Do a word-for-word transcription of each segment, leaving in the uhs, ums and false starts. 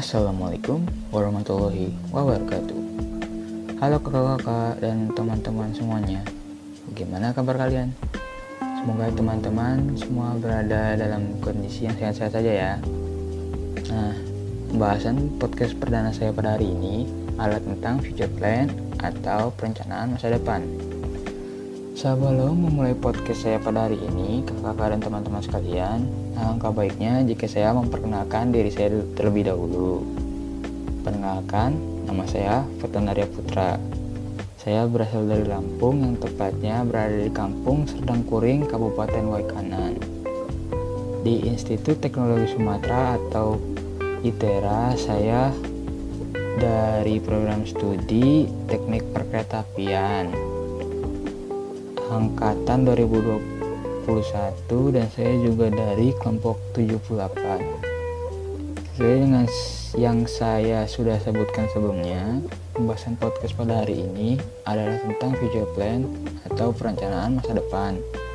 Assalamualaikum warahmatullahi wabarakatuh. Halo kakak-kakak dan teman-teman semuanya. Bagaimana kabar kalian? Semoga teman-teman semua berada dalam kondisi yang sehat-sehat saja ya. Nah, pembahasan podcast perdana saya pada hari ini adalah tentang future plan atau perencanaan masa depan. Sebelum memulai podcast saya pada hari ini, kakak-kakak dan teman-teman sekalian, alangkah baiknya jika saya memperkenalkan diri saya terlebih dahulu. Perkenalkan, nama saya Fatan Arya Putra. Saya berasal dari Lampung, yang tepatnya berada di Kampung Serdang Kuring, Kabupaten Waikanan. Di Institut Teknologi Sumatera atau I T E R A, saya dari program studi Teknik Perkeretaapian angkatan dua ribu dua puluh satu, dan saya juga dari kelompok tujuh puluh delapan. Sesuai dengan yang saya sudah sebutkan sebelumnya, pembahasan podcast pada hari ini adalah tentang future plan atau perencanaan masa depan.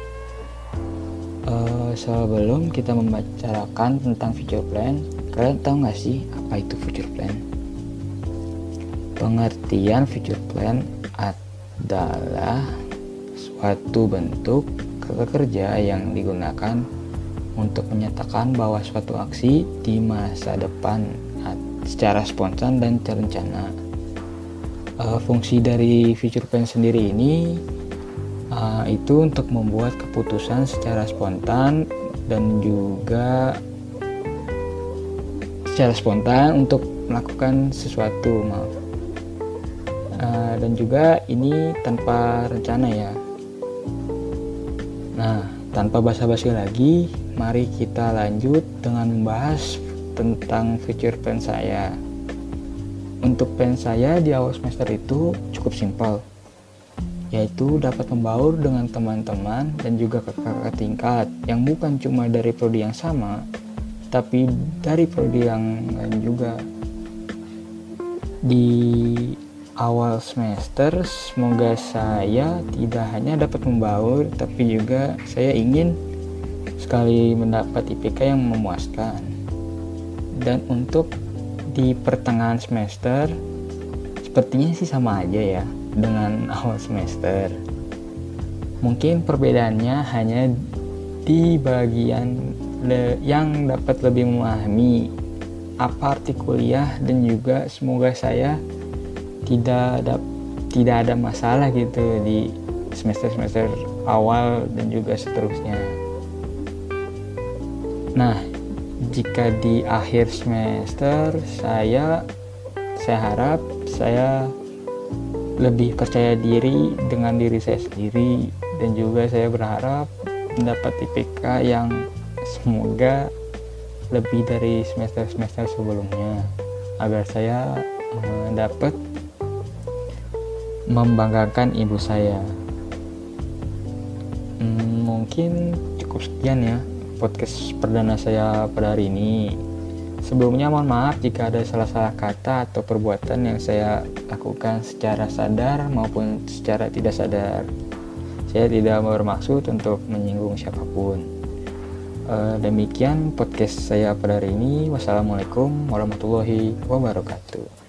Uh, sebelum kita membicarakan tentang future plan, kalian tahu nggak sih apa itu future plan? Pengertian future plan adalah suatu bentuk kerja yang digunakan untuk menyatakan bahwa suatu aksi di masa depan secara spontan dan terencana. Uh, fungsi dari future plan sendiri ini uh, itu untuk membuat keputusan secara spontan dan juga secara spontan untuk melakukan sesuatu, maaf. Uh, dan juga ini tanpa rencana ya. Nah, tanpa basa-basi lagi, mari kita lanjut dengan membahas tentang future plan saya. Untuk plan saya di awal semester itu cukup simpel, yaitu dapat membaur dengan teman-teman dan juga kakak-kakak tingkat yang bukan cuma dari prodi yang sama, tapi dari prodi yang lain juga. Di awal semester, semoga saya tidak hanya dapat membaur, tapi juga saya ingin sekali mendapat I P K yang memuaskan. Dan untuk di pertengahan semester, sepertinya sih sama aja ya dengan awal semester. Mungkin perbedaannya hanya di bagian le- yang dapat lebih memahami apa arti kuliah, dan juga semoga saya tidak ada tidak ada masalah gitu di semester-semester awal dan juga seterusnya. Nah, jika di akhir semester saya saya harap saya lebih percaya diri dengan diri saya sendiri, dan juga saya berharap mendapat I P K yang semoga lebih dari semester-semester sebelumnya, agar saya mendapat membanggakan ibu saya. Hmm, mungkin cukup sekian ya podcast perdana saya pada hari ini. Sebelumnya mohon maaf jika ada salah-salah kata atau perbuatan yang saya lakukan secara sadar maupun secara tidak sadar. Saya tidak bermaksud untuk menyinggung siapapun. E, demikian podcast saya pada hari ini. Wassalamualaikum warahmatullahi wabarakatuh.